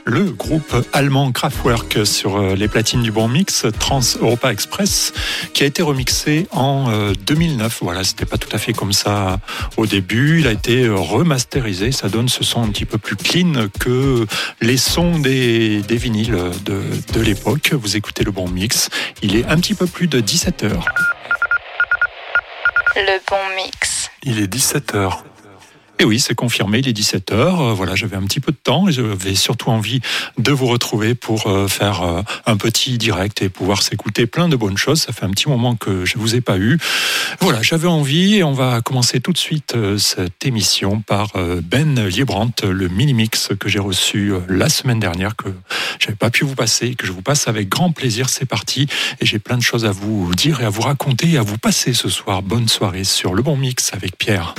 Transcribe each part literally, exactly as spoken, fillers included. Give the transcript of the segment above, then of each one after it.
Le groupe allemand Kraftwerk sur les platines du Bon Mix Trans Europa Express qui a été remixé en deux mille neuf. Voilà, c'était pas tout à fait comme ça au début. Il a été remasterisé. Ça donne ce son un petit peu plus clean que les sons des, des vinyles de, de l'époque. Vous écoutez le Bon Mix. Il est un petit peu plus de dix-sept heures. Le Bon Mix. Il est dix-sept heures. Et oui, c'est confirmé, il est dix-sept heures. Voilà, j'avais un petit peu de temps et j'avais surtout envie de vous retrouver pour faire un petit direct et pouvoir s'écouter plein de bonnes choses. Ça fait un petit moment que je ne vous ai pas eu. Voilà, j'avais envie et on va commencer tout de suite cette émission par Ben Liebrandt, le mini-mix que j'ai reçu la semaine dernière, que je n'avais pas pu vous passer et que je vous passe avec grand plaisir. C'est parti et j'ai plein de choses à vous dire et à vous raconter et à vous passer ce soir. Bonne soirée sur Le Bon Mix avec Pierre.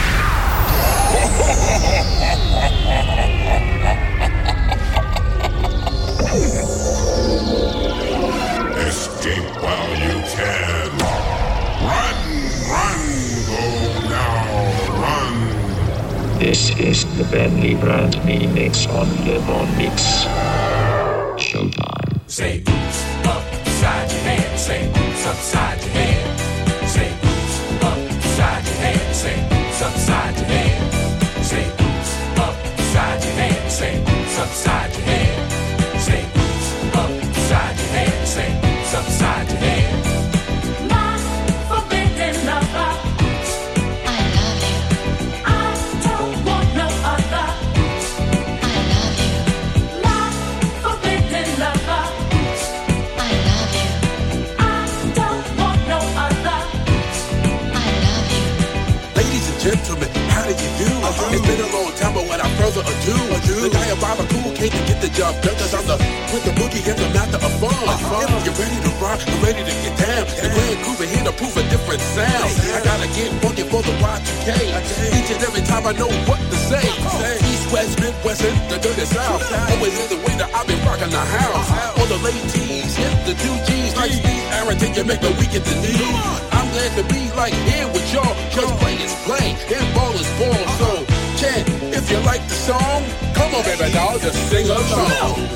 Escape while you can. Run, run, go now, run. This is the Ben Liebrandt mini-mix on Le Bon Mix. Showtime. Say boots upside your head. Say boots upside your head. Say boots upside your head. Say boots upside your head. Say boots upside your head. Say boots upside your head. Say boots upside your head. Say boots upside your head. My forbidden lover, I love you. I don't want no other. I love you. My forbidden lover, I love you. I don't want no other. I love you. Ladies and gentlemen, how do you do? It's been a long time, but without further ado, the diabolical came to get the job done, cause I'm the, with the boogie and the master of fun. If you're ready to rock, I'm ready to get down. The Grand Groove here to prove a different sound. I gotta get funky for the Y two K. Each and every time I know what to say. East, West, Midwest, and the dirty South. Always is the way that I've been rocking the house. All the late T's, hit the two G's. Like Steve Arrington, you make the weekend the need. I'm glad to be like here with y'all. Cause play is play, and ball is ball. So, Chad, if you like the song, come on, baby doll, just sing along.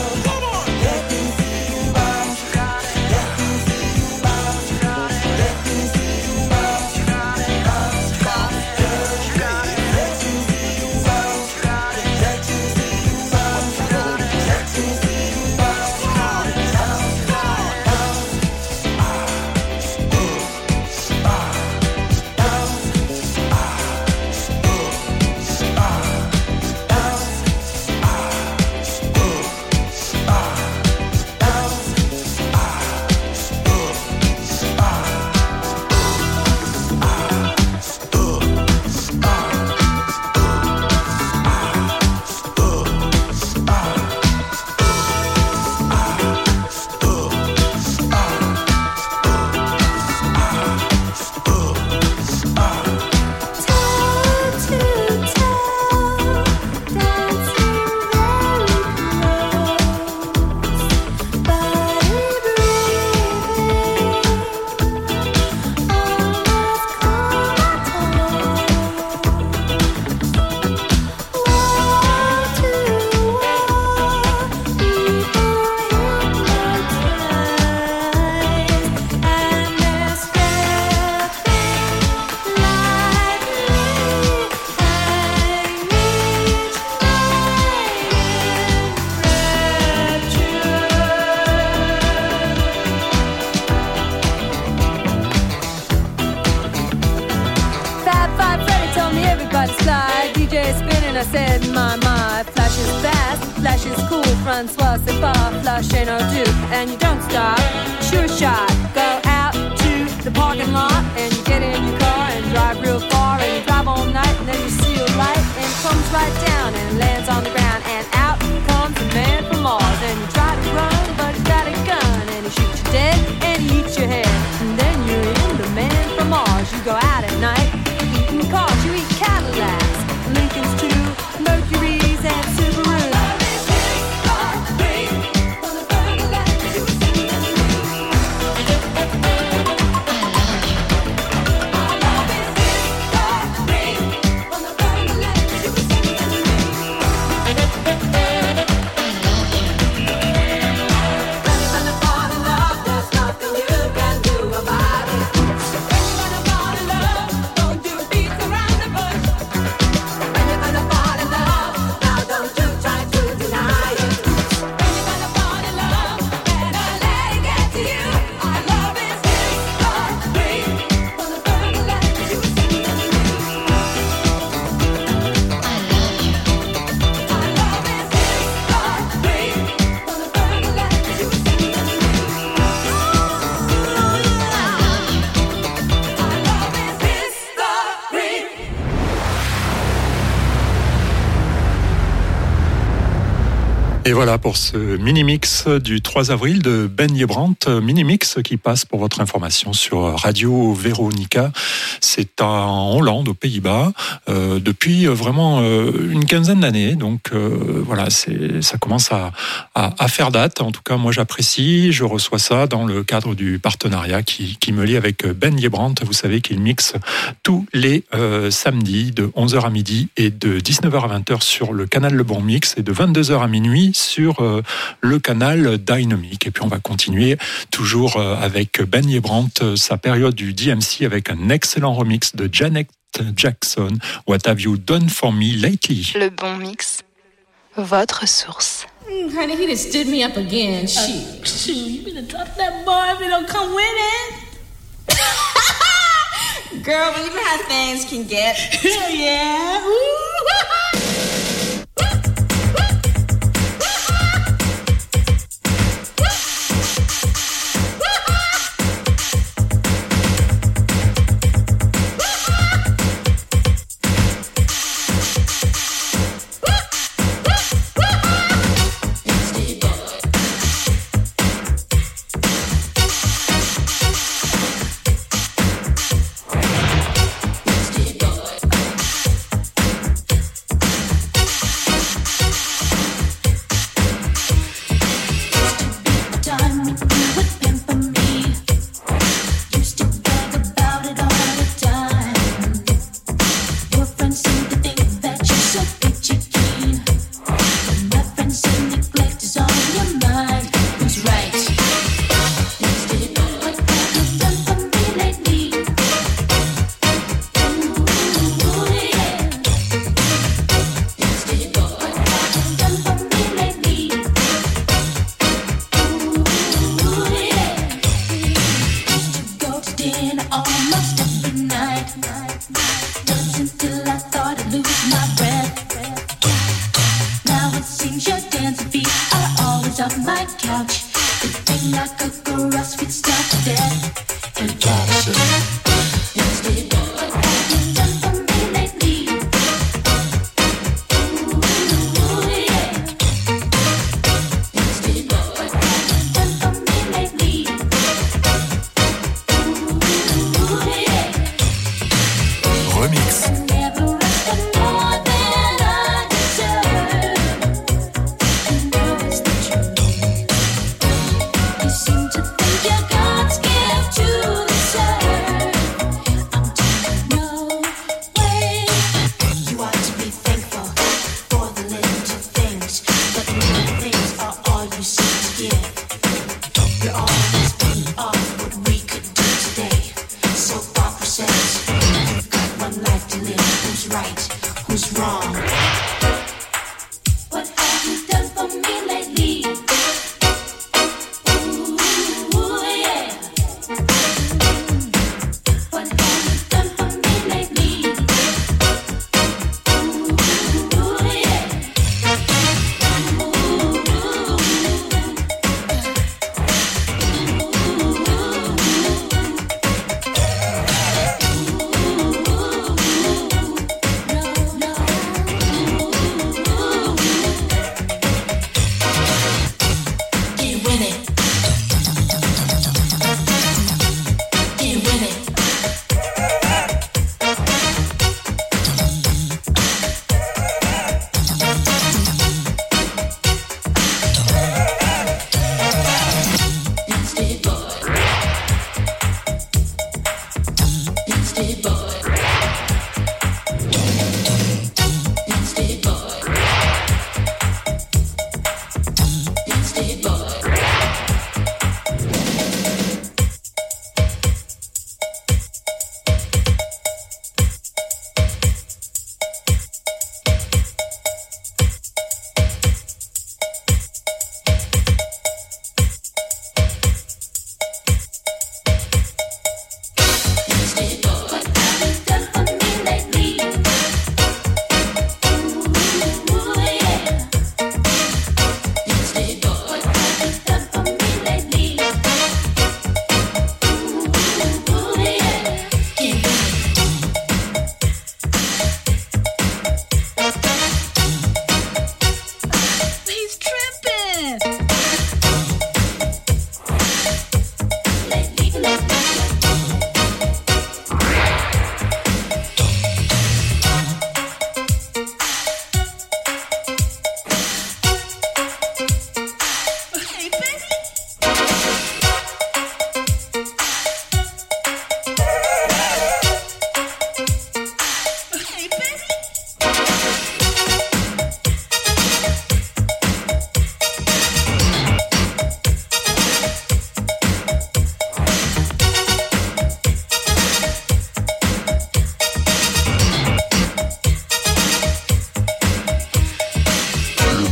Francois, c'est pas flush and no do, and you don't stop. Sure shot, go out to the parking lot, and you get in your car and drive real far, and you drive all night, and then you see a light, and it comes right down and lands on the ground, and out comes the man from Mars, and you try to run, but he's got a gun, and he shoots you dead, and he eats your head, and then you're in the man from Mars. You go out at night, eating cars, you eat Cadillacs, Lincolns too, Mercuries and Subarus. Et voilà pour ce mini-mix du trois avril de Ben Yebrant, mini-mix qui passe pour votre information sur Radio Veronica. C'est en Hollande, aux Pays-Bas, euh, depuis vraiment euh, une quinzaine d'années. Donc euh, voilà, c'est, ça commence à, à, à faire date. En tout cas, moi j'apprécie, je reçois ça dans le cadre du partenariat qui, qui me lie avec Ben Yebrant. Vous savez qu'il mixe tous les euh, samedis de onze heures à midi et de dix-neuf heures à vingt heures sur le canal Le Bon Mix et de vingt-deux heures à minuit sur euh, le canal Dynamic. Et puis on va continuer toujours euh, avec Ben Yebrant, euh, sa période du D M C avec un excellent remix de Janet Jackson, What Have You Done For Me Lately? Le Bon Mix, votre source. Mm, honey, he just stood me up again. Shoot, shoot, you better drop that bar if you don't come winning. Girl, believe in how things can get. Yeah. Ooh.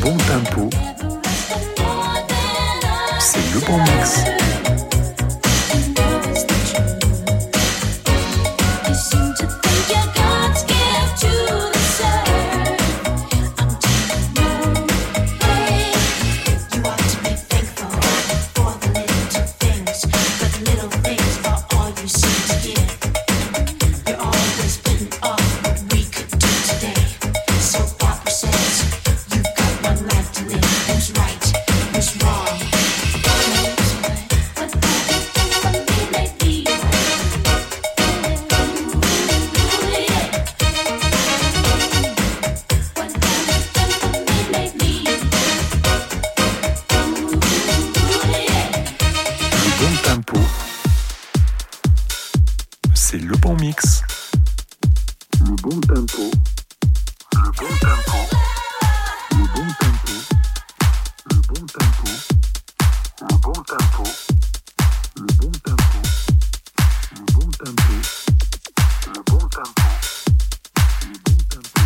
bon tempo, c'est le bon mix. C'est le bon mix. Le bon tempo. Le bon tempo. Le bon tempo. Le bon tempo. Le bon tempo. Le bon tempo. Le bon tempo. Le bon tempo. Le bon tempo.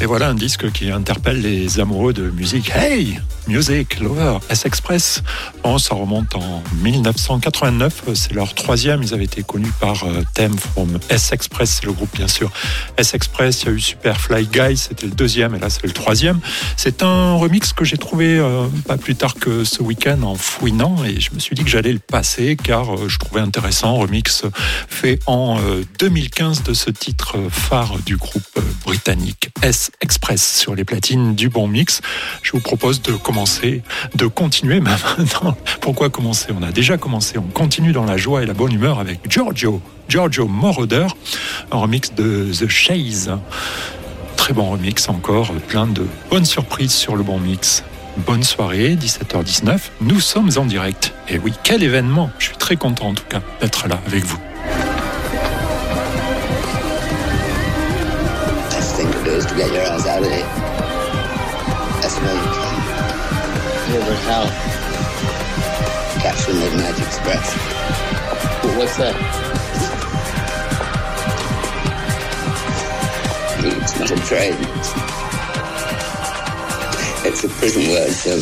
Et voilà un disque qui interpelle les amoureux de musique. Hey, Music Lover, S-Express. Bon, ça remonte en dix-neuf cent quatre-vingt-neuf, c'est leur troisième. Ils avaient été connus par euh, Theme from S-Express, c'est le groupe bien sûr. S-Express, il y a eu Superfly Guy, c'était le deuxième, et là c'est le troisième. C'est un remix que j'ai trouvé euh, pas plus tard que ce week-end en fouinant, et je me suis dit que j'allais le passer car euh, je trouvais intéressant. Remix fait en euh, deux mille quinze de ce titre phare du groupe euh, britannique S-Express sur les platines du Bon Mix. Je vous propose de commencer, de continuer même. Non, pourquoi commencer? On a déjà commencé, on continue dans la joie et la bonne humeur avec Giorgio, Giorgio Moroder, un remix de The Chase. Très bon remix encore, plein de bonnes surprises sur le Bon Mix. Bonne soirée, dix-sept heures dix-neuf, nous sommes en direct. Et oui, quel événement! Je suis très content en tout cas d'être là avec vous. To get your ass out of here. That's where you come. Yeah, but how? Capture the Midnight Express. Well, what's that? It's not a train. It's a prison word, so...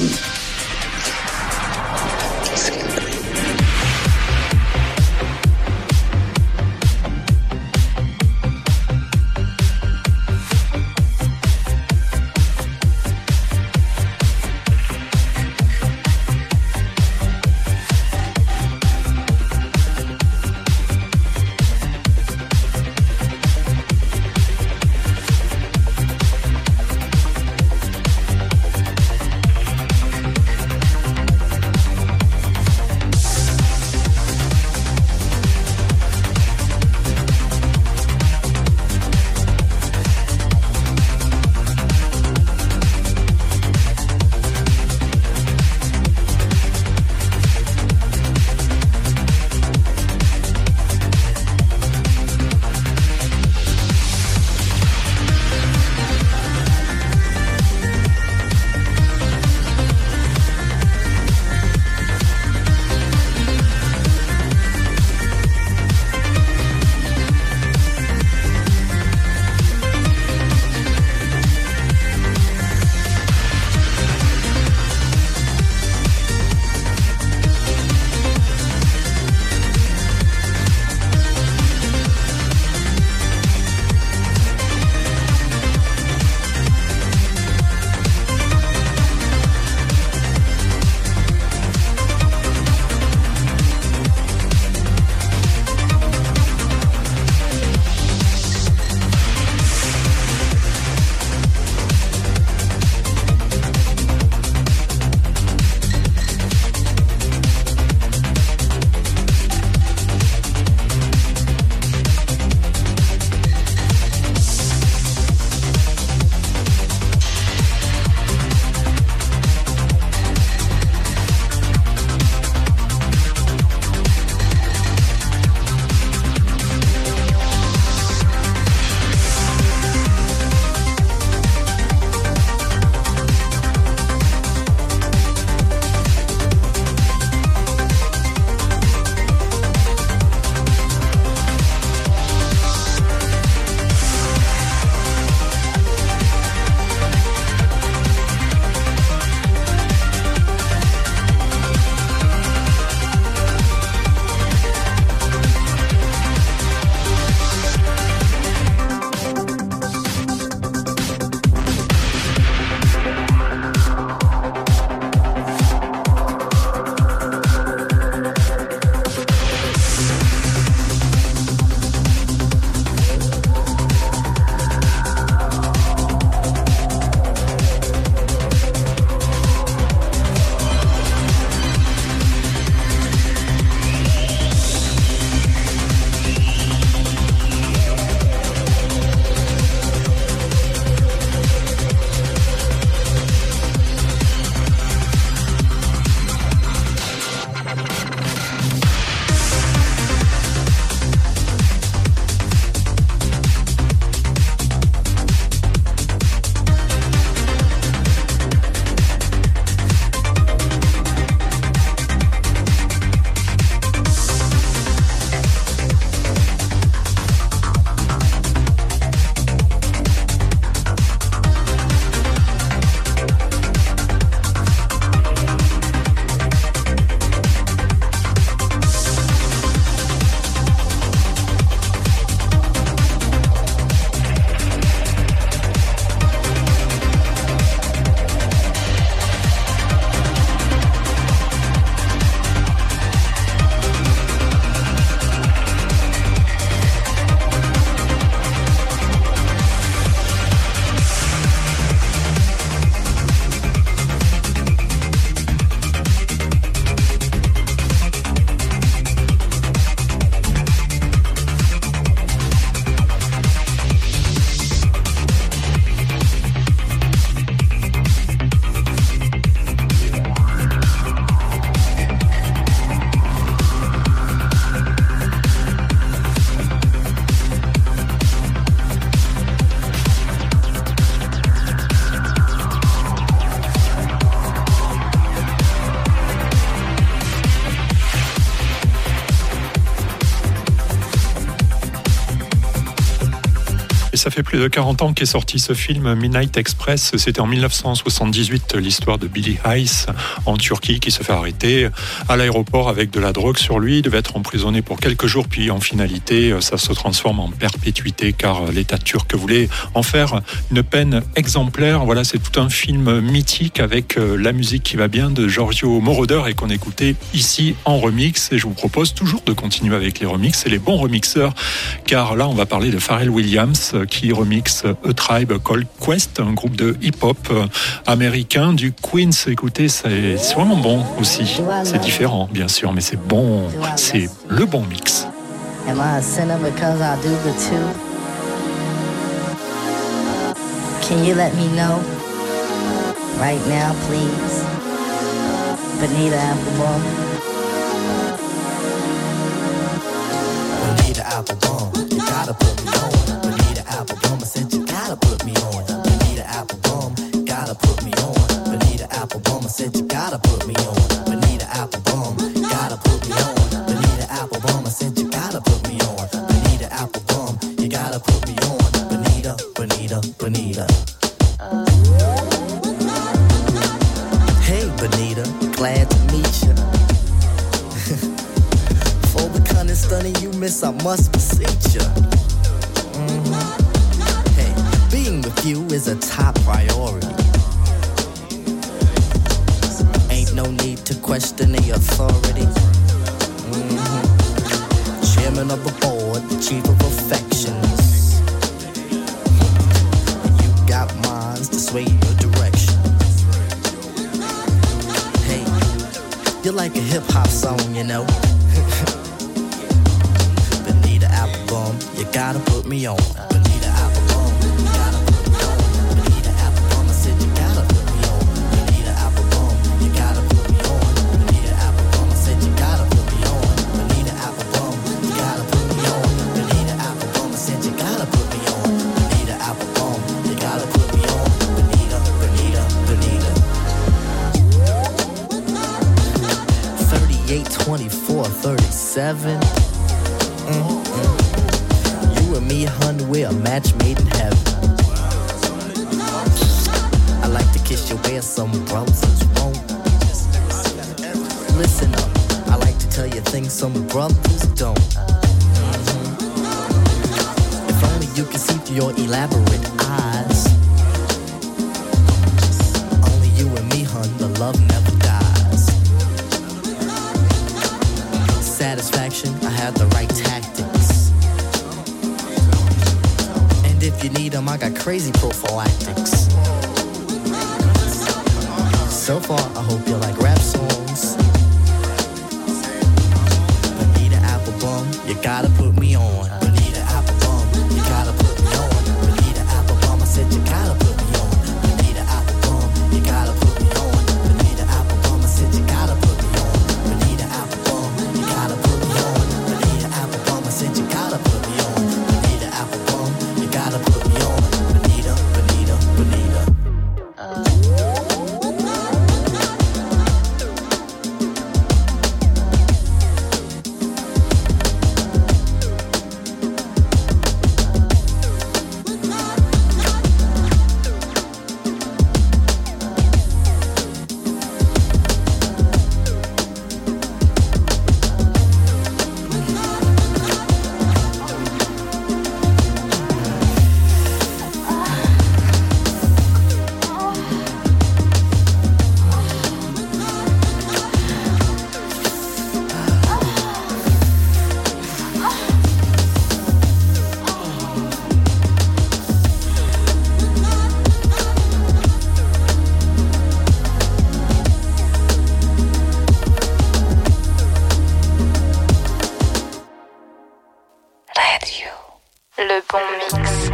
ça fait plus de quarante ans qu'est sorti ce film Midnight Express. C'était en mille neuf cent soixante-dix-huit, l'histoire de Billy Hayes en Turquie qui se fait arrêter à l'aéroport avec de la drogue sur lui. Il devait être emprisonné pour quelques jours, puis en finalité, ça se transforme en perpétuité car l'État turc voulait en faire une peine exemplaire. Voilà, c'est tout un film mythique avec la musique qui va bien de Giorgio Moroder et qu'on écoutait ici en remix. Et je vous propose toujours de continuer avec les remixes et les bons remixeurs, car là, on va parler de Pharrell Williams qui remixe A Tribe Called Quest, un groupe de hip-hop américain du Queens. Écoutez, c'est, c'est vraiment bon aussi. C'est différent, bien sûr, mais c'est bon. C'est le bon mix. Am I a sinner because I do the two? Can you let me know right now, please? Bonita Applebum. Bonita Applebum, you gotta put me on. Bonita Applebum, I said you gotta put me on. Bonita Applebum, gotta put me on. Bonita Applebum, I said you gotta put me on. Bonita Applebum, gotta put me on. Bonita Applebum, I said you gotta put me on. Bonita Applebum, you gotta put me on. Bonita, Bonita, Bonita. Hey, Bonita, glad to meet you. For the cunning, stunning you miss, I must beseech you. Mm-hmm. Hey, being with you is a top priority. Ain't no need to question the authority. Mm-hmm. Chairman of the board, chief of affections. You got minds to sway your direction. Hey, you're like a hip-hop song, you know. Bonita Applebum, you gotta put me on. Bonita Applebum, you gotta put me on. Bonita Applebum, I said you gotta put me on. Bonita Applebum, you gotta put me on. Bonita Applebum, I said you gotta put me on. Bonita Applebum, you gotta put me on. Bonita Applebum, I said you gotta put me on. Bonita Applebum, you gotta put me on. Bonita, Bonita, Bonita. thirty-eight, twenty-four, thirty-seven. Mm-mm. You and me, hun, we're a match made in heaven. I like to kiss you where some brothers won't. Listen up, I like to tell you things some brothers don't. Mm-hmm. If only you could see through your elaborate eyes. Only you and me, hun, the love never dies. Satisfaction, I have the right tactics. And if you need them, I got crazy prophylactics. So far, I hope you like rap songs. Bonita Applebum, you gotta put me on. Bonita Applebum, you gotta put me on. Bonita Applebum, I said you gotta put me on. Bonita Applebum, you gotta put me on. Bonita Applebum, I said you gotta put me on. Bonita Applebum, you gotta put me on. Bonita Applebum, I said you gotta put me on. Bonita Applebum, you gotta put me on. Bonita, Bonita, Bonita. Le bon mix.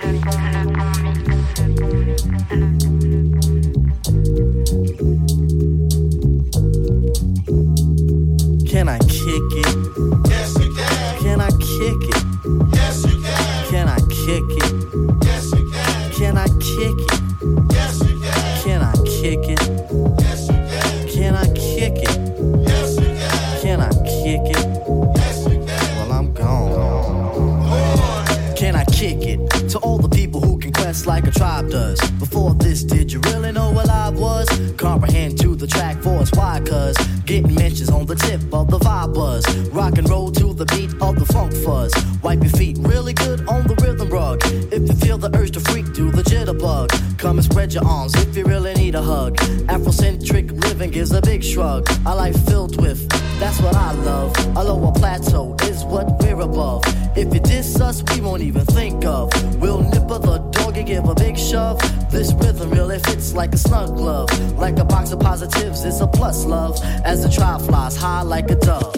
Can I kick it? Yes, you can. Can I kick it? Yes, you can. Can I kick it? Yes, you can. Can I kick it? Yes, you can. Can I kick it? Yes, you can. Can I kick it? Yes, you can. Can I kick it? Yes, you can. Well, I'm gone. Boy. Can I kick it? To all the people who can quest like a tribe does. Before this, did you really know what I was? Comprehend to the track force, why? Cause getting mentions on the tip of the vibe buzz. Rock and roll to the beat of the funk fuzz. Wipe your feet really good on the rhythm rug. If you feel the urge to freak, do the jitterbug. Come and spread your arms if you really need a hug. Afrocentric living gives a big shrug. A life filled with, that's what I love. A lower plateau is what we're above. If you diss us, we won't even think of. We'll nipper the dog and give a big shove. This rhythm really fits like a snug glove. Like a box of positives, it's a plus love. As the tribe flies high like a dove.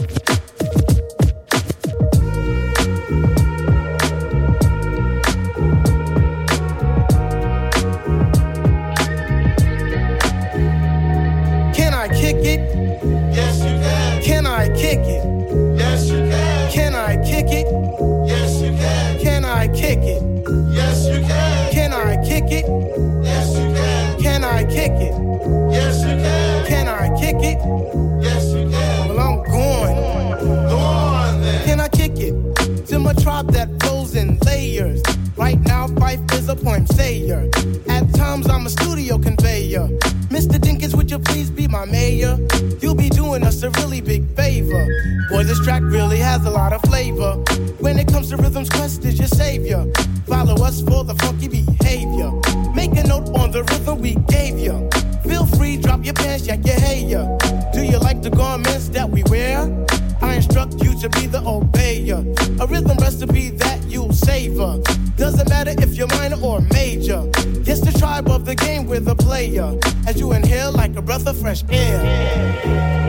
Can I kick it? Yes, you can. Can I kick it? Yes, you can. Can I kick it? Yes, you can. Can I kick it? Yes, you can. Can I kick it? Yes, you can. Can I kick it? Yes, you can. Can I kick it? Yes, you can. Well, I'm going. Go on then. Can I kick it? To my tribe that flows in layers. Right now, Fife is a poem sayer. At times, I'm a studio conveyor. Mister Dinkins, would you please be my mayor? You'll be doing us a really big favor. Boy, this track really has a lot of flavor. When it comes to rhythms, Quest is your savior. Follow us for the funky behavior. Make a note on the rhythm we gave you. Feel free, drop your pants, yank your hair. Do you like the garments that we wear? I instruct you to be the obeyer. A rhythm recipe that you'll savor. Doesn't matter if you're minor or major. Yes, the tribe of the game, we're the player. As you inhale like a breath of fresh air.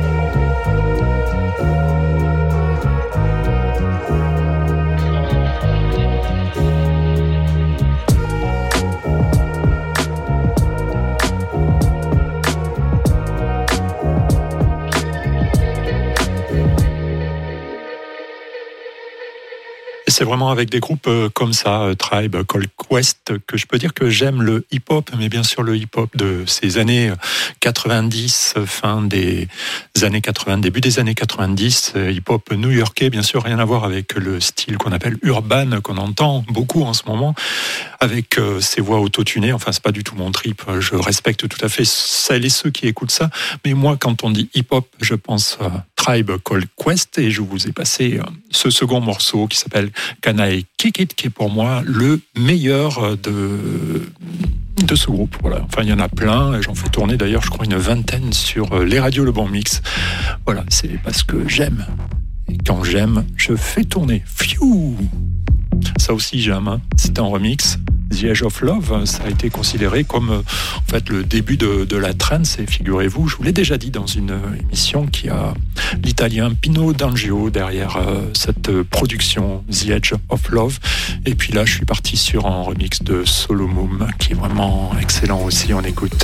C'est vraiment avec des groupes comme ça, Tribe, Called Quest, que je peux dire que j'aime le hip-hop, mais bien sûr le hip-hop de ces années quatre-vingt-dix, fin des années quatre-vingts, début des années quatre-vingt-dix, hip-hop new-yorkais, bien sûr rien à voir avec le style qu'on appelle urban, qu'on entend beaucoup en ce moment, avec ces voix autotunées. Enfin, c'est pas du tout mon trip, je respecte tout à fait celles et ceux qui écoutent ça, mais moi, quand on dit hip-hop, je pense à Tribe Called Quest, et je vous ai passé ce second morceau qui s'appelle Can I Kick It, qui est pour moi le meilleur de, de ce groupe. Voilà. Enfin, il y en a plein, et j'en fais tourner d'ailleurs, je crois, une vingtaine sur les radios Le Bon Mix. Voilà, c'est parce que j'aime. Et quand j'aime, je fais tourner. Pfiou! Ça aussi, j'aime. Hein. C'est un remix. The Age of Love, ça a été considéré comme en fait le début de, de la trance, et figurez-vous, je vous l'ai déjà dit dans une émission, qui a l'italien Pino D'Angio derrière euh, cette production The Age of Love. Et puis là, je suis parti sur un remix de Solomum qui est vraiment excellent aussi, on écoute.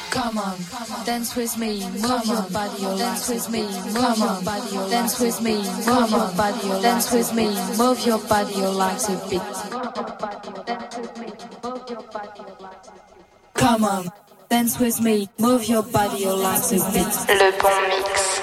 Come on, dance with me, move your body, your dance with me, move your body, your dance with me, move your body, your dance with me, move your body, your legs a bit. Come on, dance with me, move your body, your legs a bit. Le bon mix.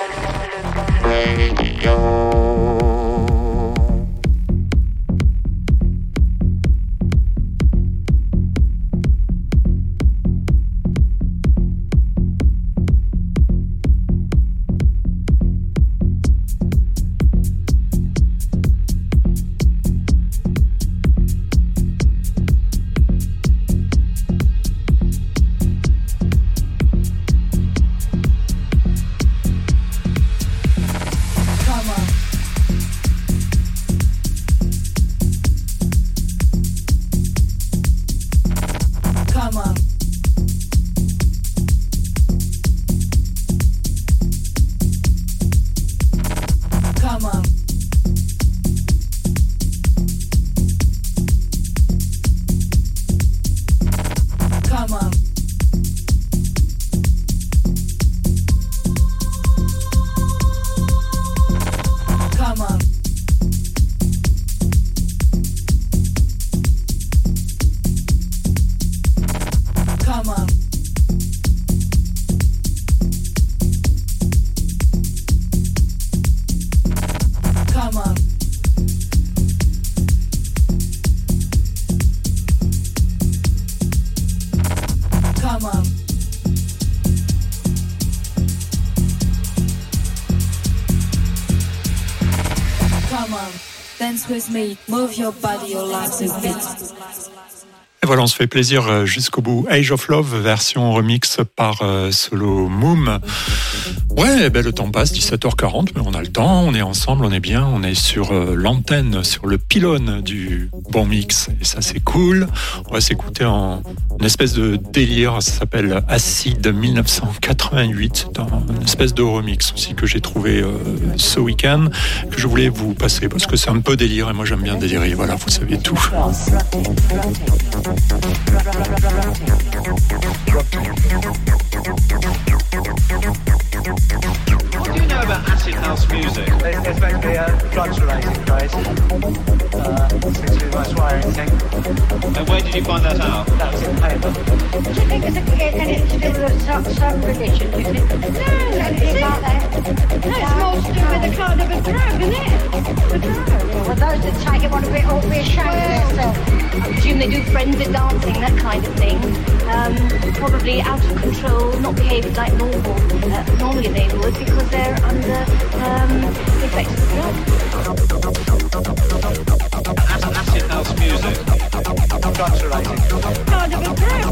With me, move your body, your legs a bit. Et voilà, on se fait plaisir jusqu'au bout. Age of Love, version remix par euh, Solo Moom. Ouais, ben le temps passe, dix-sept heures quarante, mais on a le temps, on est ensemble, on est bien, on est sur euh, l'antenne, sur le pylône du bon mix, et ça c'est cool. On va s'écouter en une espèce de délire, ça s'appelle Acid dix-neuf cent quatre-vingt-huit, dans une espèce de remix aussi que j'ai trouvé euh, ce week-end, que je voulais vous passer parce que c'est un peu délire, et moi j'aime bien délirer, voilà, vous savez tout. What do you know about acid house music? It's, it's meant to be a drugs-related craze. Uh, seems to be the most worrying thing. And where did you find that out? That was in the paper. Do you think it's a, anything to do with some, some religion, do you think? No, anything like that? No, it's more to do with a kind of a drug, isn't it? A drug. Well, those that take it want to be, all be ashamed of themselves. I presume they do frenzied dancing, that kind of thing. Um, probably out of control, not behaving like normal. Uh, normally they would because they're under um, the effects of the drug. Acid house music. Drugs related. Kind of a drug.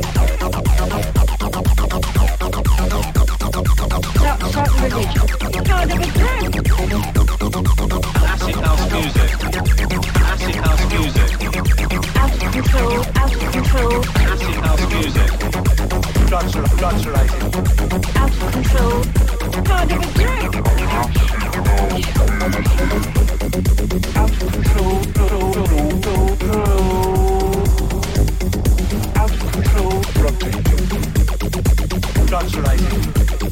That's certain religion. Kind of a drug. Acid house music. Acid house music. Out of control, out of control. Acid house music. Drugs, drugs related. Out of control. Kind of a drug. Out of control. Out of control. Drugs related.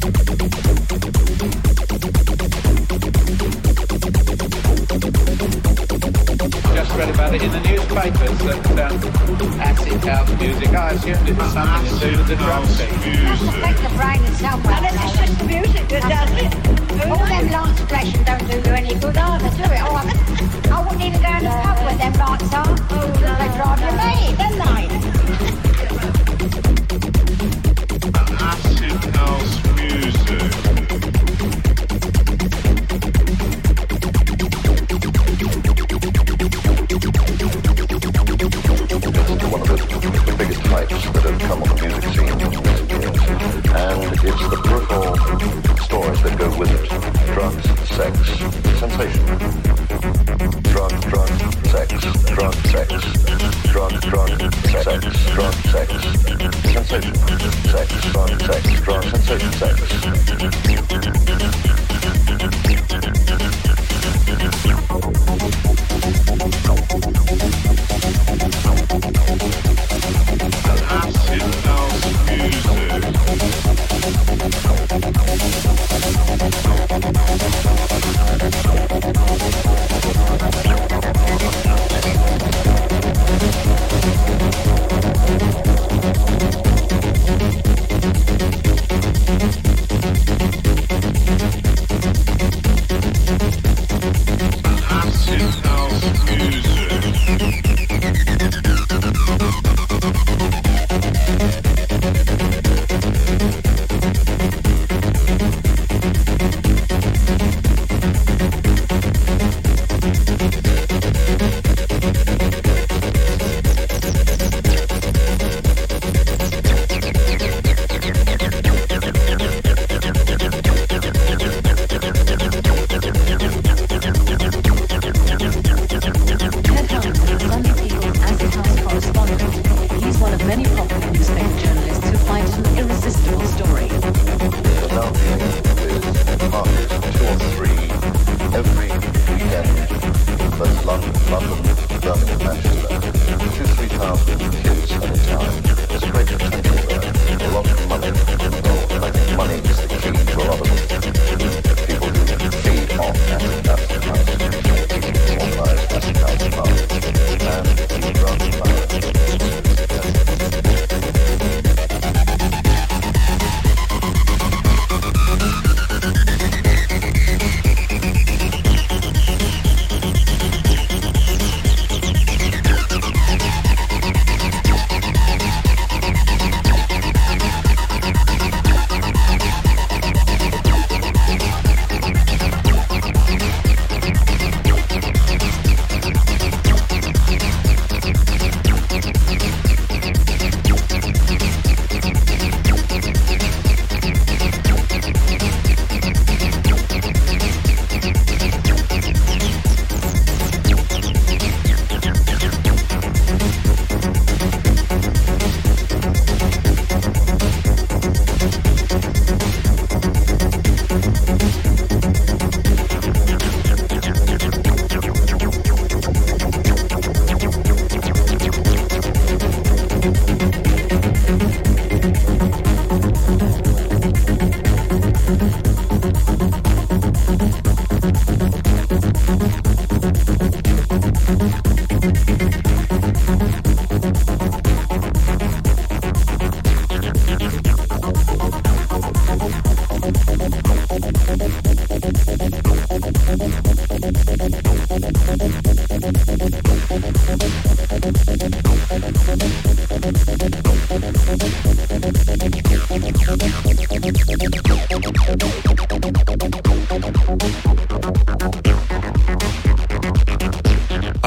Just read about it in the newspapers that um, acid house music, I assumed it was something to do with the drug thing. It doesn't affect the brain in some way. And it's just the music that does it. All them lights flashing don't do you any good either, do it? Oh, I, I wouldn't even go in the pub where them lights are. Oh, no. They drive you mad, don't they? Acid house music. One of the biggest types that have come on the music scene in recent years. And it's the brutal stories that go with it. Drugs, sex, sensation. Drug, drug, sex, drug, sex. Drug, drug, sex, drug, sex. Sensation. Sex, drug, sex, drug, sensation, sex. Acid house music.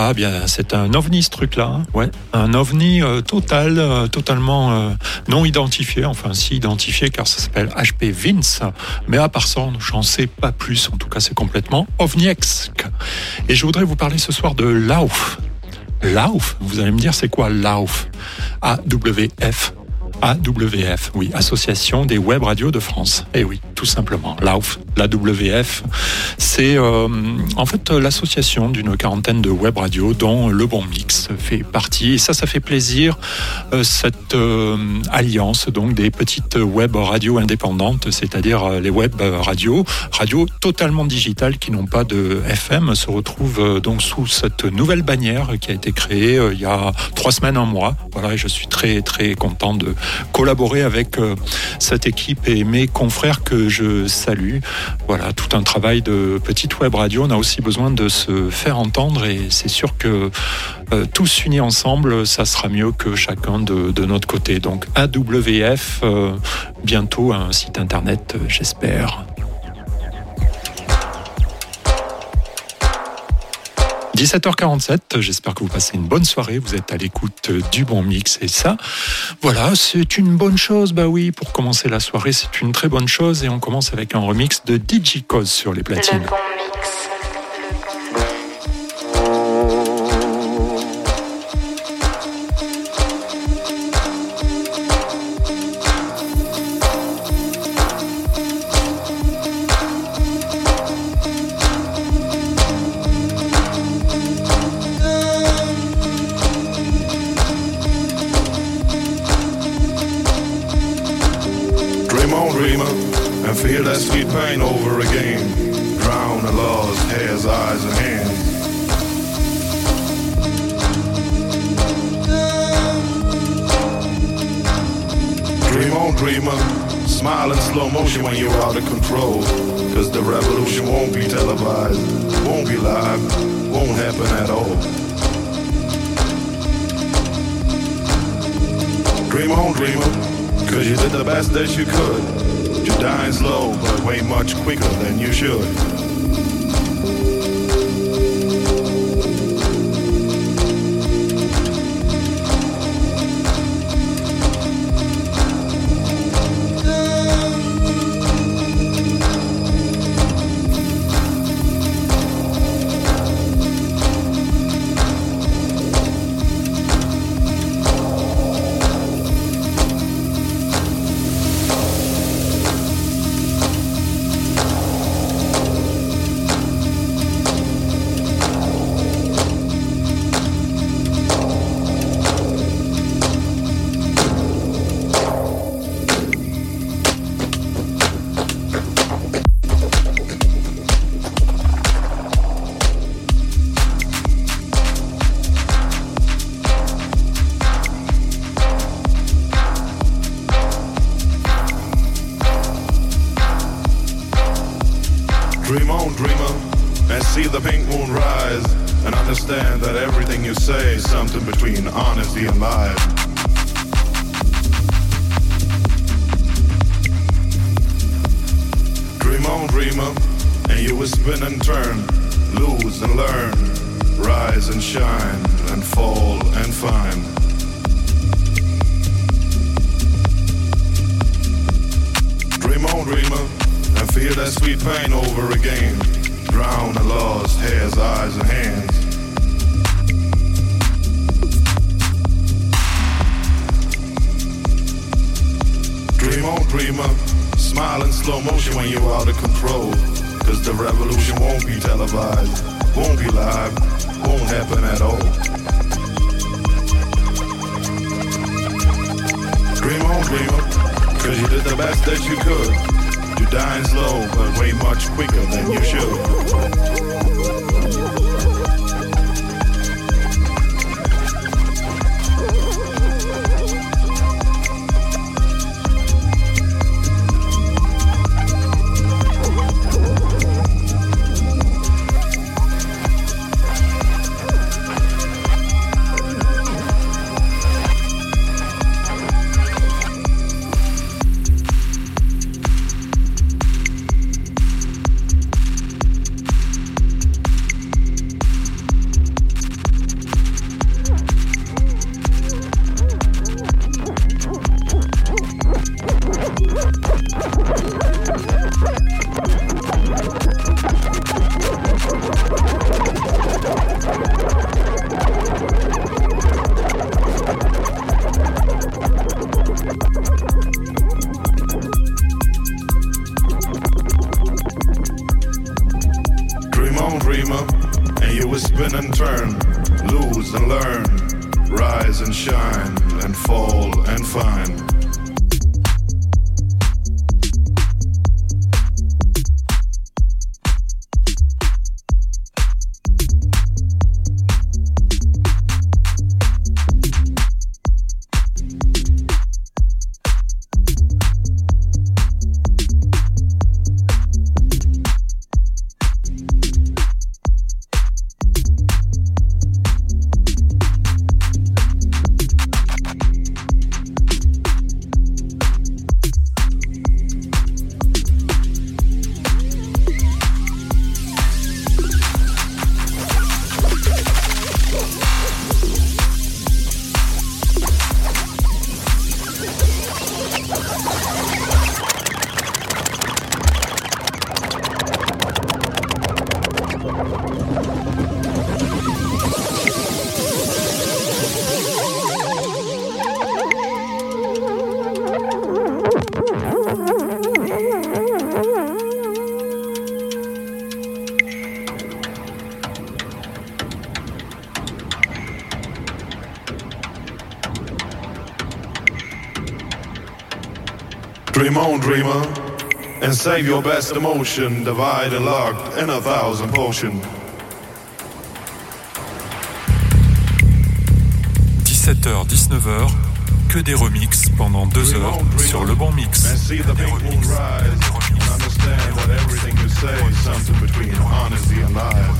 Voilà, bien, c'est un ovni ce truc-là, hein. Ouais, un ovni euh, total, euh, totalement euh, non identifié, enfin si identifié car ça s'appelle H P Vince, mais à part ça, j'en sais pas plus. En tout cas, c'est complètement ovniesque. Et je voudrais vous parler ce soir de Lauf. Lauf, vous allez me dire c'est quoi Lauf? A W F. A W F, oui, Association des Web Radios de France. Eh oui, tout simplement, Lauf, l'A W F, c'est euh, en fait l'association d'une quarantaine de web radios dont Le Bon Mix fait partie. Et ça, ça fait plaisir, euh, cette euh, alliance donc des petites web radios indépendantes, c'est-à-dire euh, les web radios, radios totalement digitales qui n'ont pas de F M, se retrouvent euh, donc sous cette nouvelle bannière qui a été créée euh, il y a trois semaines, un mois. Voilà, et je suis très très content de collaborer avec euh, cette équipe et mes confrères que je salue. Voilà, tout un travail de petite web radio. On a aussi besoin de se faire entendre et c'est sûr que euh, tous unis ensemble, ça sera mieux que chacun de, de notre côté. Donc A W F, euh, bientôt un site internet, euh, j'espère. dix-sept heures quarante-sept, j'espère que vous passez une bonne soirée, vous êtes à l'écoute du Bon Mix et ça, voilà, c'est une bonne chose, bah oui, pour commencer la soirée, c'est une très bonne chose et on commence avec un remix de D J Koz sur les platines. Le Bon Mix. Feel that sweet pain over again. Drown the lost hairs, eyes, and hands. Dream on, dreamer. Smile in slow motion when you're out of control. Cause the revolution won't be televised, won't be live, won't happen at all. Dream on, dreamer. Cause you did the best that you could. You're dying slow, but way much quicker than you should. Dream on, dreamer, and see the pink moon rise, and understand that everything you say is something between honesty and lies. Dream on, dreamer, and you will spin and turn, lose and learn, rise and shine, and fall and find. Dream on, dreamer, and feel that sweet pain over again. Drown the lost hairs, eyes, and hands. Dream on, dreamer. Smile in slow motion when you're out of control. Cause the revolution won't be televised, won't be live, won't happen at all. Dream on, dreamer. Cause you did the best that you could. You're dying slow, but way much quicker than you should. spin and turn, lose and learn, rise and shine, and fall and find. Dream on, dreamer, and save your best emotion, divide and locked in a thousand potions. dix-sept heures dix-neuf heures, que des remixes pendant deux heures sur Le Bon Mix. And see the pink moon rise, and understand that everything you say is something between honesty and lies.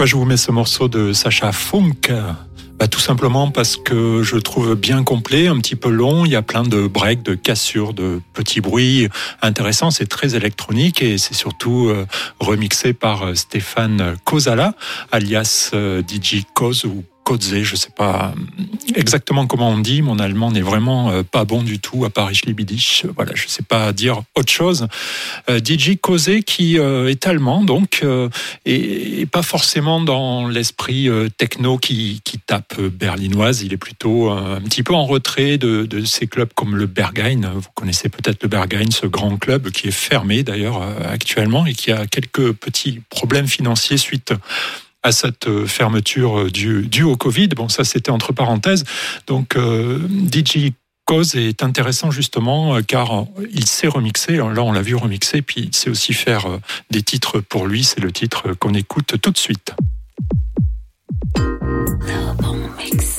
je vous mets ce morceau de Sacha Funk. Bah, tout simplement parce que je le trouve bien complet, un petit peu long. Il y a plein de breaks, de cassures, de petits bruits intéressants. C'est très électronique et c'est surtout euh, remixé par Stéphane Kozala, alias euh, D J Koz ou Kodze, je sais pas exactement comment on dit. Mon allemand n'est vraiment euh, pas bon du tout, à part Ich liebe dich. Voilà, je sais pas dire autre chose. Euh, D J Koze qui euh, est allemand, donc, euh, et, et pas forcément dans l'esprit euh, techno qui, qui tape euh, berlinoise. Il est plutôt euh, un petit peu en retrait de, de ces clubs comme le Berghain. Vous connaissez peut-être le Berghain, ce grand club qui est fermé d'ailleurs euh, actuellement et qui a quelques petits problèmes financiers suite à cette fermeture due, due au Covid. Bon, ça, c'était entre parenthèses. Donc, euh, D J Koz est intéressant justement euh, car il sait remixer. Là, on l'a vu remixer, puis il sait aussi faire euh, des titres pour lui. C'est le titre qu'on écoute tout de suite. Le bon mix.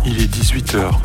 Il est dix-huit heures.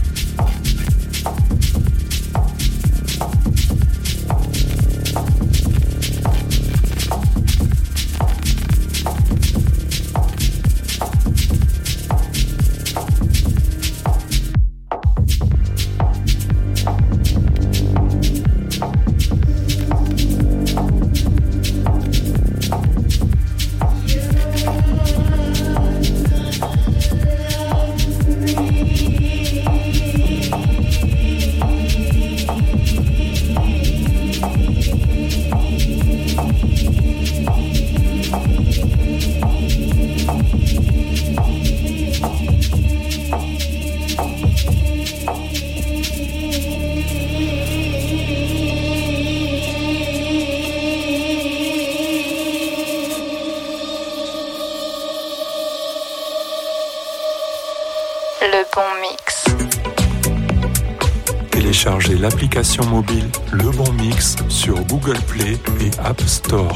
Le bon mix. Téléchargez l'application mobile Le Bon Mix sur Google Play et App Store.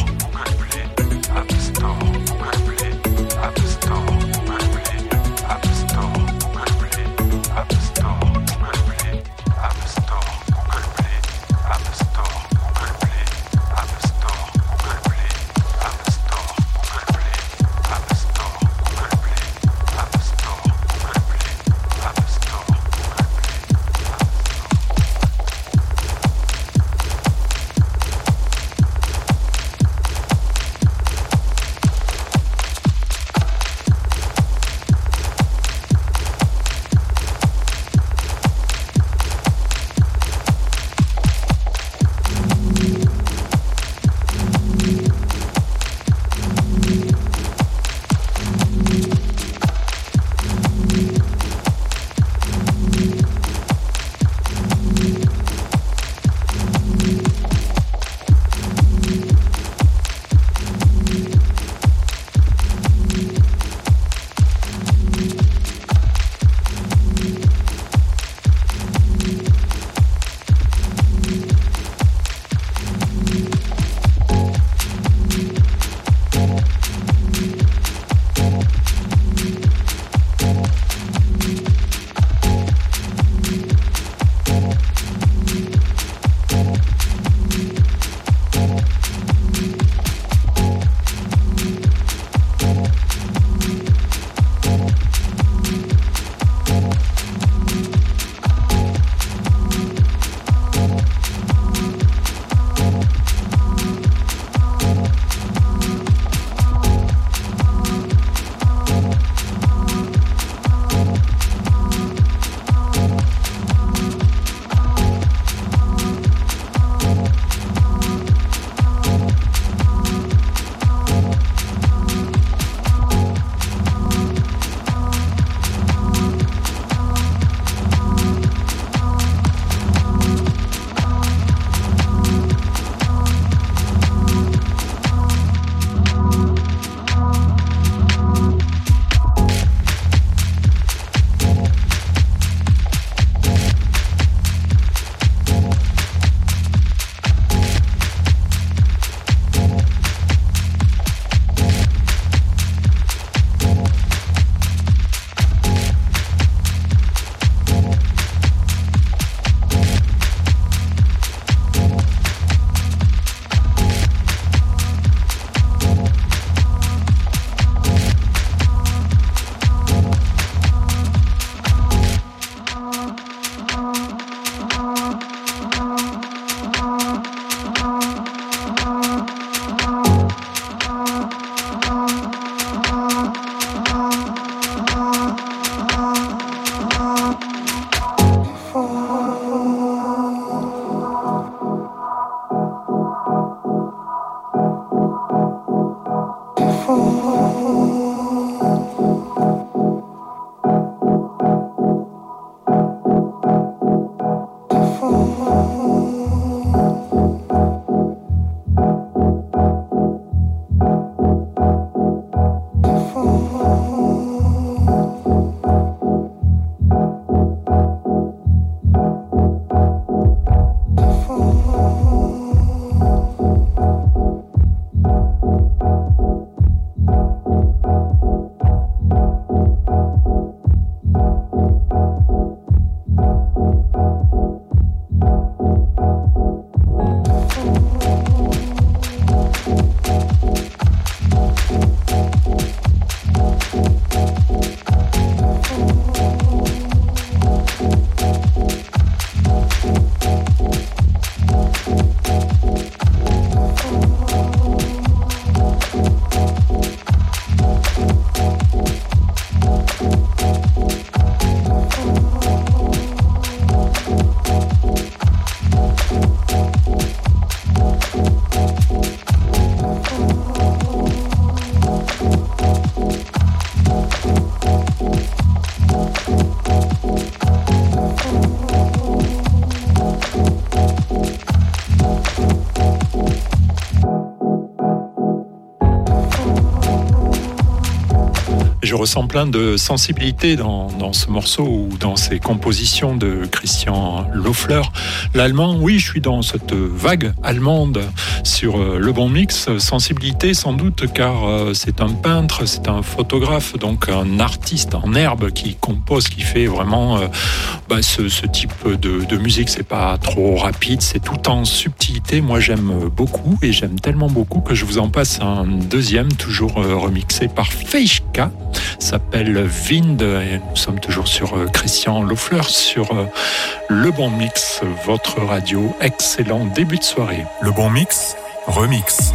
ressens plein de sensibilité dans, dans ce morceau ou dans ces compositions de Christian Loeffler. L'allemand, oui, je suis dans cette vague allemande sur le bon mix. Sensibilité sans doute, car c'est un peintre, c'est un photographe, donc un artiste en herbe qui compose, qui fait vraiment euh, bah, ce, ce type de, de musique. C'est pas trop rapide, c'est tout en subtilité. Moi, j'aime beaucoup et j'aime tellement beaucoup que je vous en passe un deuxième, toujours euh, remixé par Feischka, s'appelle Wind, et nous sommes toujours sur euh, Christian Loeffler, sur euh, Le Bon Mix, votre radio. Excellent début de soirée. Le Bon Mix, remix.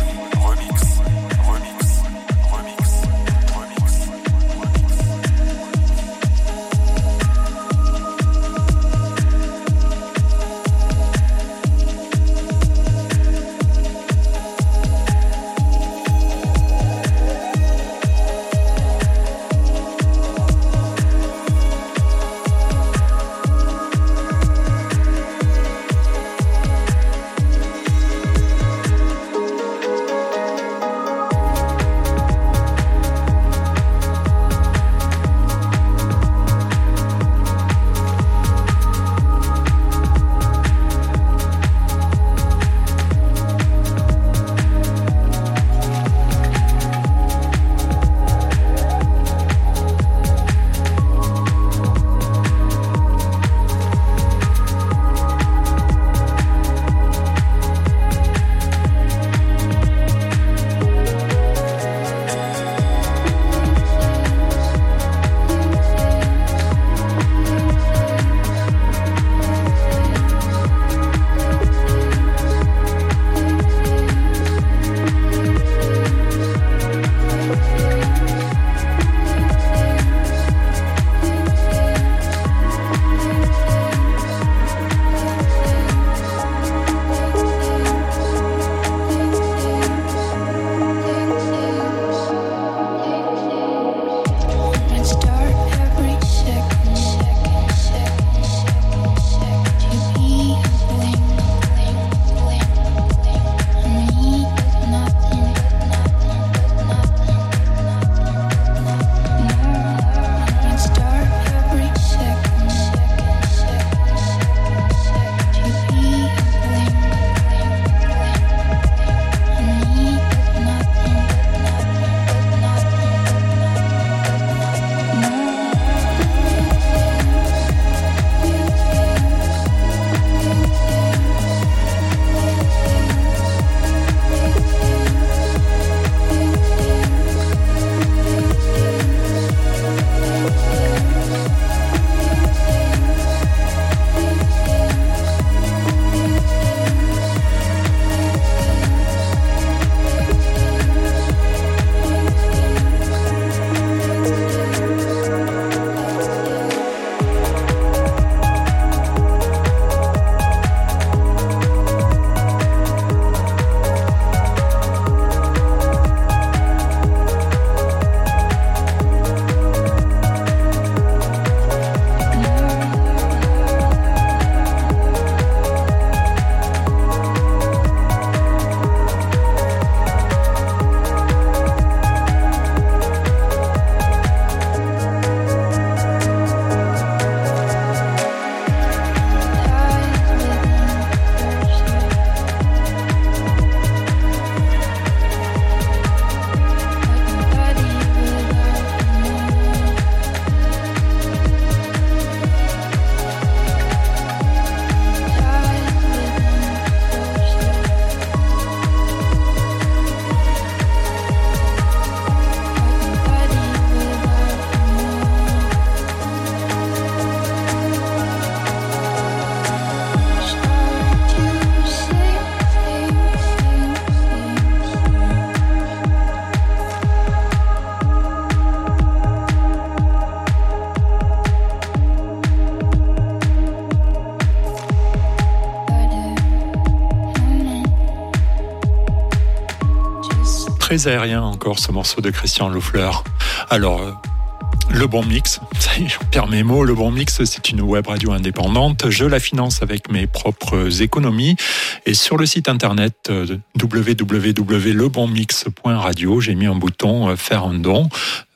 très aérien encore ce morceau de Christian Loeffler. Alors, euh, le bon mix, je perds mes mots, le bon mix, c'est une web radio indépendante. Je la finance avec mes propres économies. Et sur le site internet euh, w w w point le bon mix point radio, j'ai mis un bouton euh, faire un don.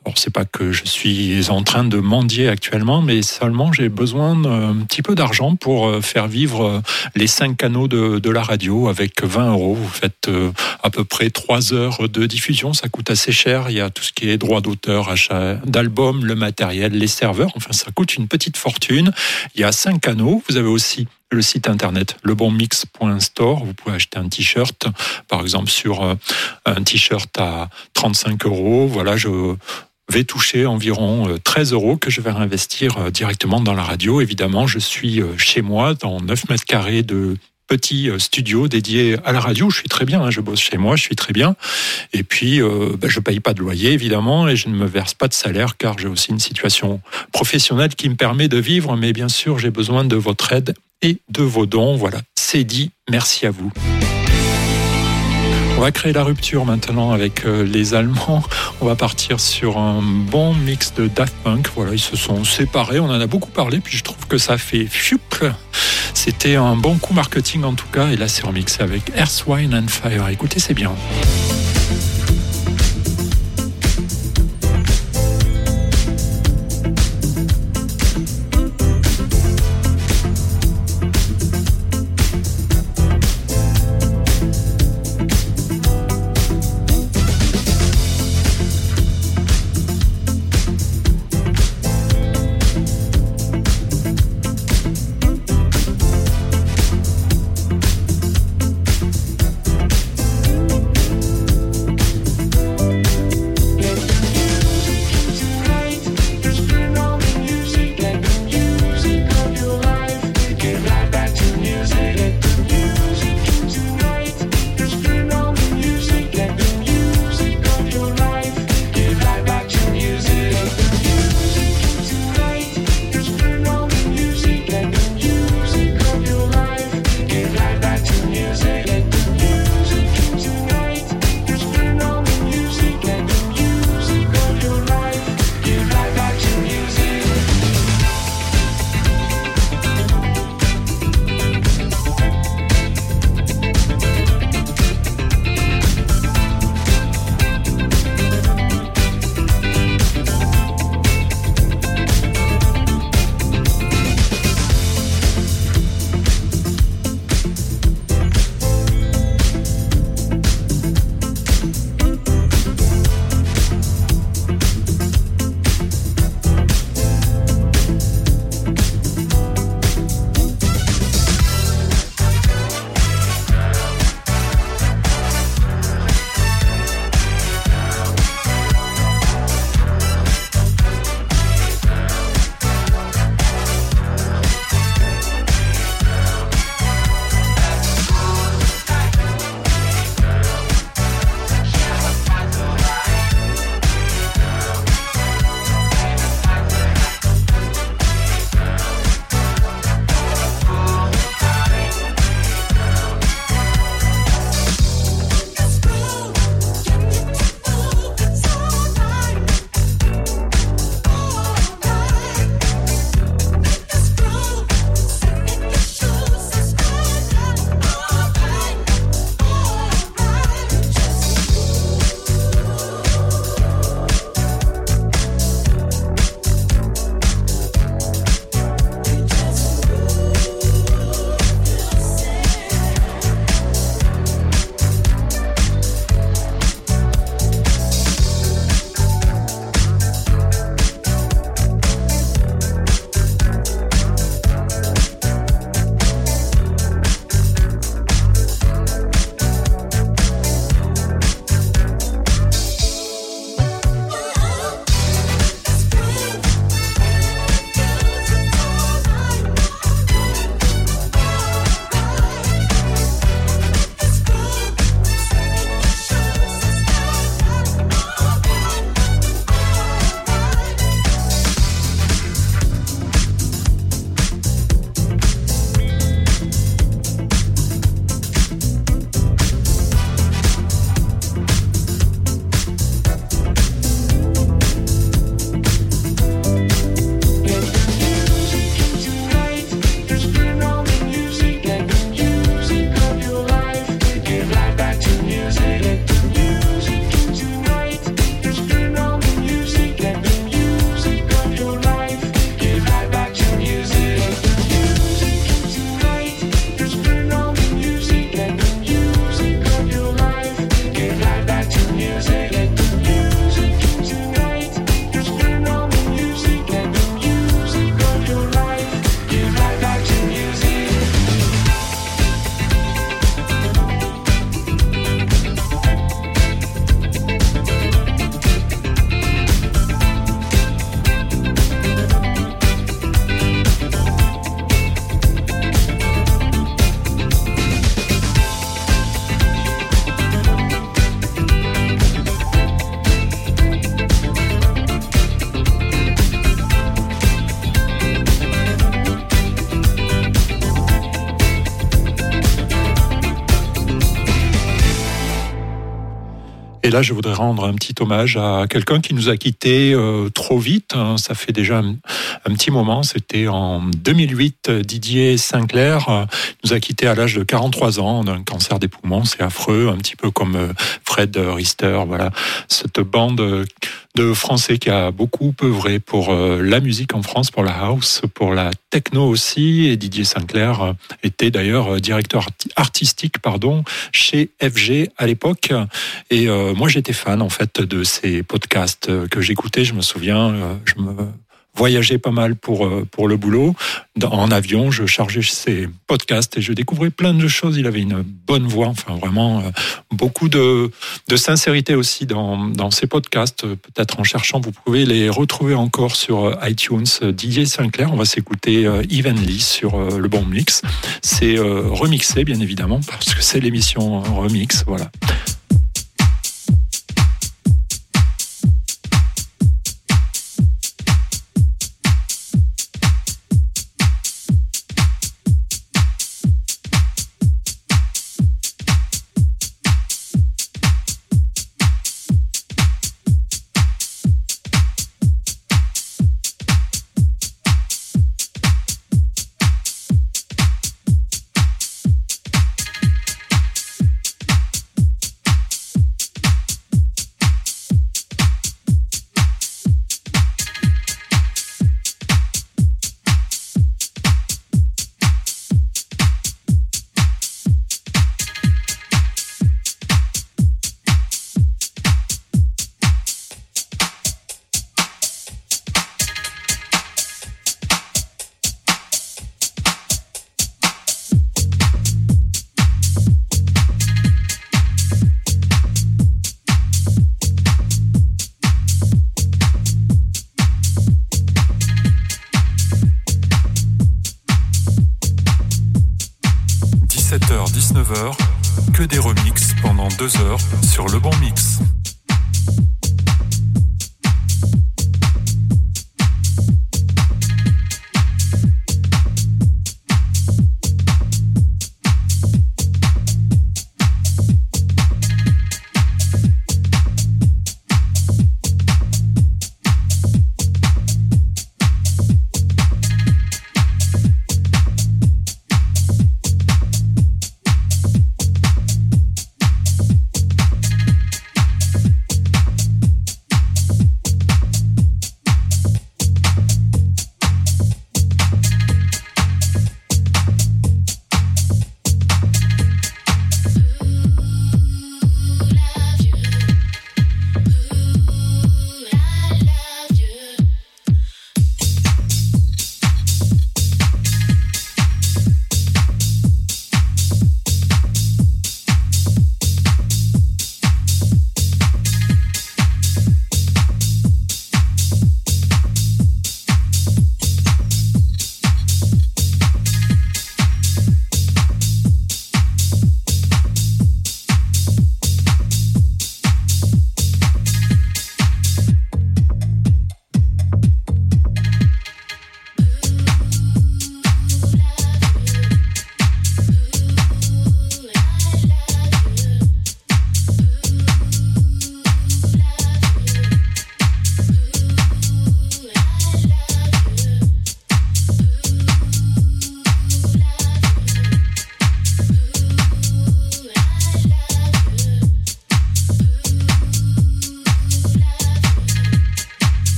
Alors c'est pas que je suis en train de mendier actuellement, mais seulement j'ai besoin d'un petit peu d'argent pour faire vivre les cinq canaux de, de la radio avec vingt euros. Vous faites à peu près trois heures de diffusion, ça coûte assez cher. Il y a tout ce qui est droit d'auteur, achat d'albums, le matériel, les serveurs. Enfin, ça coûte une petite fortune. Il y a cinq canaux. Vous avez aussi le site internet le bon mix point store. Vous pouvez acheter un t-shirt, par exemple sur un t-shirt à trente-cinq euros. Voilà, je vais toucher environ treize euros que je vais réinvestir directement dans la radio. Évidemment, je suis chez moi dans neuf mètres carrés de petit studio dédié à la radio. Je suis très bien, hein, je bosse chez moi, je suis très bien. Et puis, euh, ben, je ne paye pas de loyer, évidemment, et je ne me verse pas de salaire, car j'ai aussi une situation professionnelle qui me permet de vivre. Mais bien sûr, j'ai besoin de votre aide et de vos dons. Voilà, c'est dit. Merci à vous. On va créer la rupture maintenant avec les Allemands. On va partir sur un bon mix de Daft Punk. Voilà, ils se sont séparés. On en a beaucoup parlé, puis je trouve que ça fait fiup. C'était un bon coup marketing en tout cas. Et là, c'est remixé avec Earth, Wind and Fire. Écoutez, c'est bien. là, je voudrais rendre un petit hommage à quelqu'un qui nous a quittés euh, trop vite. Hein. Ça fait déjà un, un petit moment. C'était en deux mille huit. Didier Sinclair euh, nous a quittés à l'âge de quarante-trois ans d'un cancer des poumons. C'est affreux, un petit peu comme euh, Fred Rister. Voilà, cette bande de Français qui a beaucoup œuvré pour euh, la musique en France, pour la house, pour la techno aussi. Et Didier Sinclair euh, était d'ailleurs directeur artistique, pardon, chez F G à l'époque. Et euh, moi, j'étais fan en fait de ces podcasts que j'écoutais. Je me souviens, euh, je me voyageais pas mal pour pour le boulot. En avion, je chargeais ses podcasts et je découvrais plein de choses. Il avait une bonne voix, enfin vraiment euh, beaucoup de de sincérité aussi dans dans ses podcasts. Peut-être en cherchant, vous pouvez les retrouver encore sur iTunes. Didier Sinclair, on va s'écouter euh, Evenly sur euh, le bon mix. C'est euh, remixé bien évidemment parce que c'est l'émission remix. Voilà. dix-sept heures dix-neuf heures, que des remixes pendant deux heures sur le bon mix.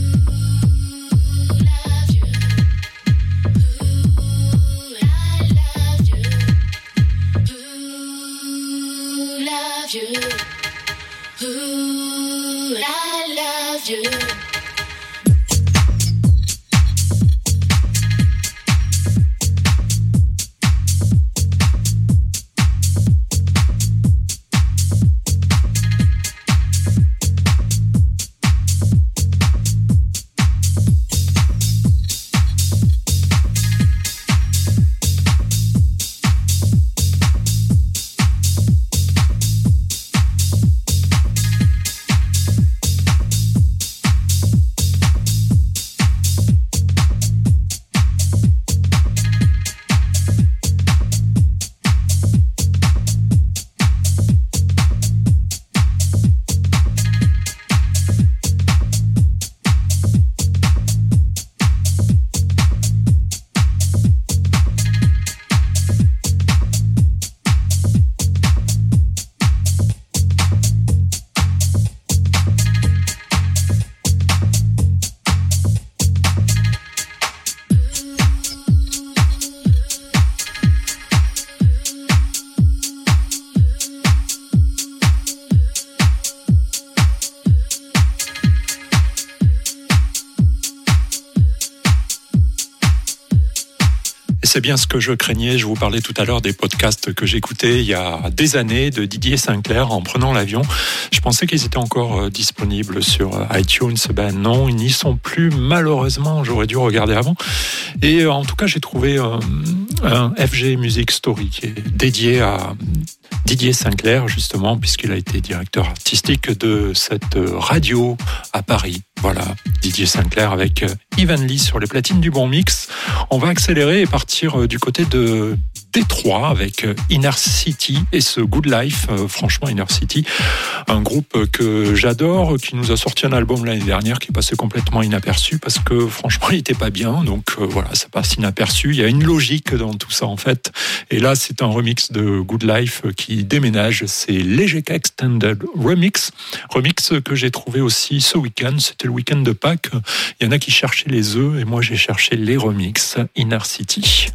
I love you. C'est bien ce que je craignais. Je vous parlais tout à l'heure des podcasts que j'écoutais il y a des années de Didier Sinclair en prenant l'avion. Je pensais qu'ils étaient encore disponibles sur iTunes. Ben non, ils n'y sont plus malheureusement. J'aurais dû regarder avant. Et en tout cas, j'ai trouvé un, un F G Music Story qui est dédié à Didier Sinclair, justement, puisqu'il a été directeur artistique de cette radio à Paris. Voilà, Didier Sinclair avec Ivan Lee sur les platines du Bon Mix. On va accélérer et partir du côté de Détroit avec Inner City et ce Good Life. Franchement, Inner City, un groupe que j'adore, qui nous a sorti un album l'année dernière qui est passé complètement inaperçu parce que franchement, il n'était pas bien. Donc voilà, ça passe inaperçu. Il y a une logique dans tout ça en fait. Et là, c'est un remix de Good Life qui déménage. C'est l'E G K Extended Remix. Remix que j'ai trouvé aussi ce week-end. C'était le week-end de Pâques. Il y en a qui cherchaient les œufs et moi, j'ai cherché les remixes Inner City.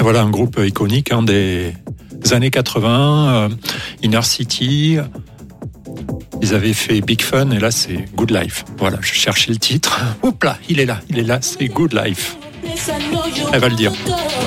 voilà un groupe iconique hein, des années quatre-vingts, euh, Inner City. Ils avaient fait Big Fun et là c'est Good Life. Voilà, je cherchais le titre. Oups là, il est là, il est là, c'est Good Life. Elle va le dire.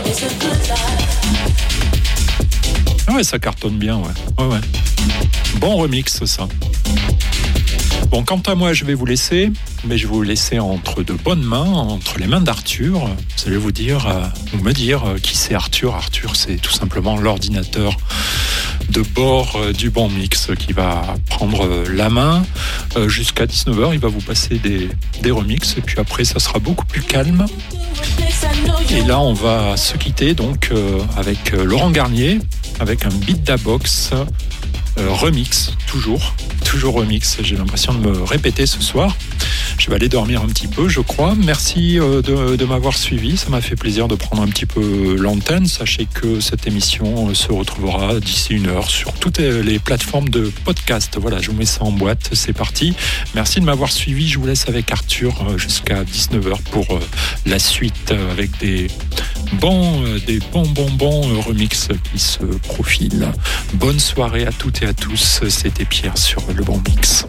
Ah ouais, ça cartonne bien, ouais. ouais, ouais. Bon remix, ça. Bon, quant à moi, je vais vous laisser, mais je vais vous laisser entre de bonnes mains, entre les mains d'Arthur. Vous allez vous dire, euh, ou me dire, euh, qui c'est Arthur. Arthur, c'est tout simplement l'ordinateur de bord euh, du Bon Mix qui va prendre euh, la main euh, jusqu'à dix-neuf heures. Il va vous passer des, des remixes et puis après, ça sera beaucoup plus calme. Et là, on va se quitter donc euh, avec euh, Laurent Garnier, avec un beat da box. Euh, remix, toujours, toujours remix. J'ai l'impression de me répéter ce soir. Je vais aller dormir un petit peu, je crois. Merci euh, de, de m'avoir suivi. Ça m'a fait plaisir de prendre un petit peu l'antenne. Sachez que cette émission euh, se retrouvera d'ici une heure sur toutes les plateformes de podcast. Voilà, je vous mets ça en boîte. C'est parti. Merci de m'avoir suivi. Je vous laisse avec Arthur euh, jusqu'à dix-neuf heures pour euh, la suite euh, avec des bons, euh, des bons, bons, bons euh, remix qui se profilent. Bonne soirée à toutes et à tous. C'était Pierre sur Le Bon Mix.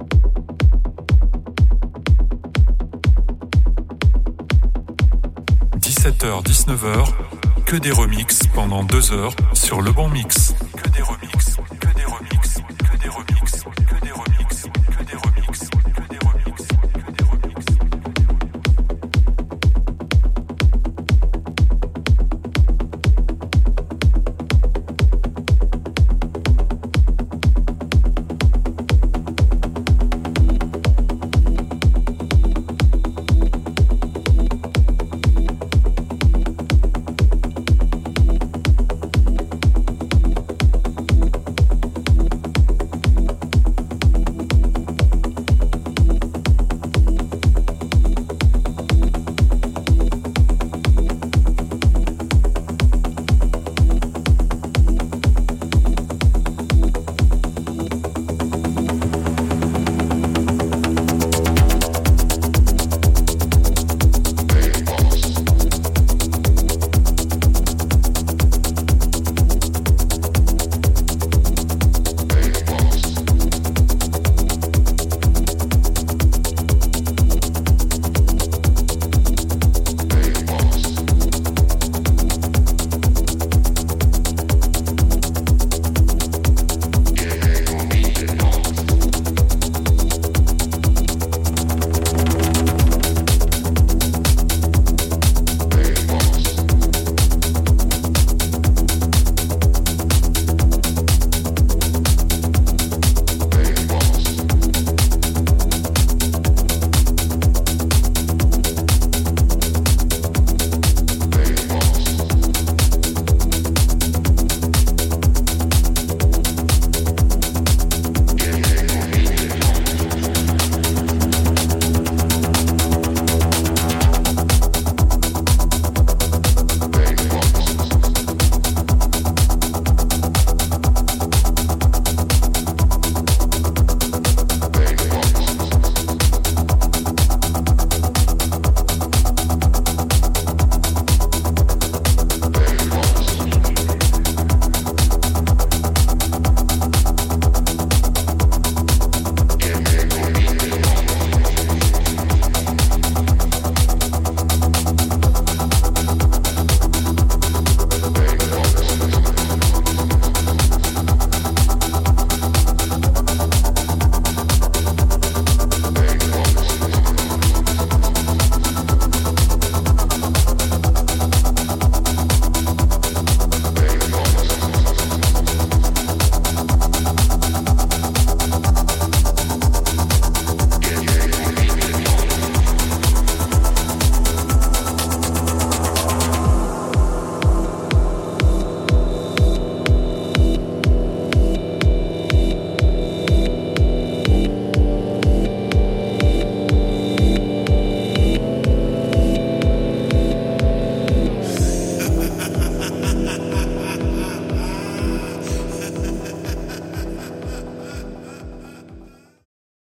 dix-sept heures dix-neuf heures, que des remixes pendant deux heures sur Le Bon Mix. Que des remixes.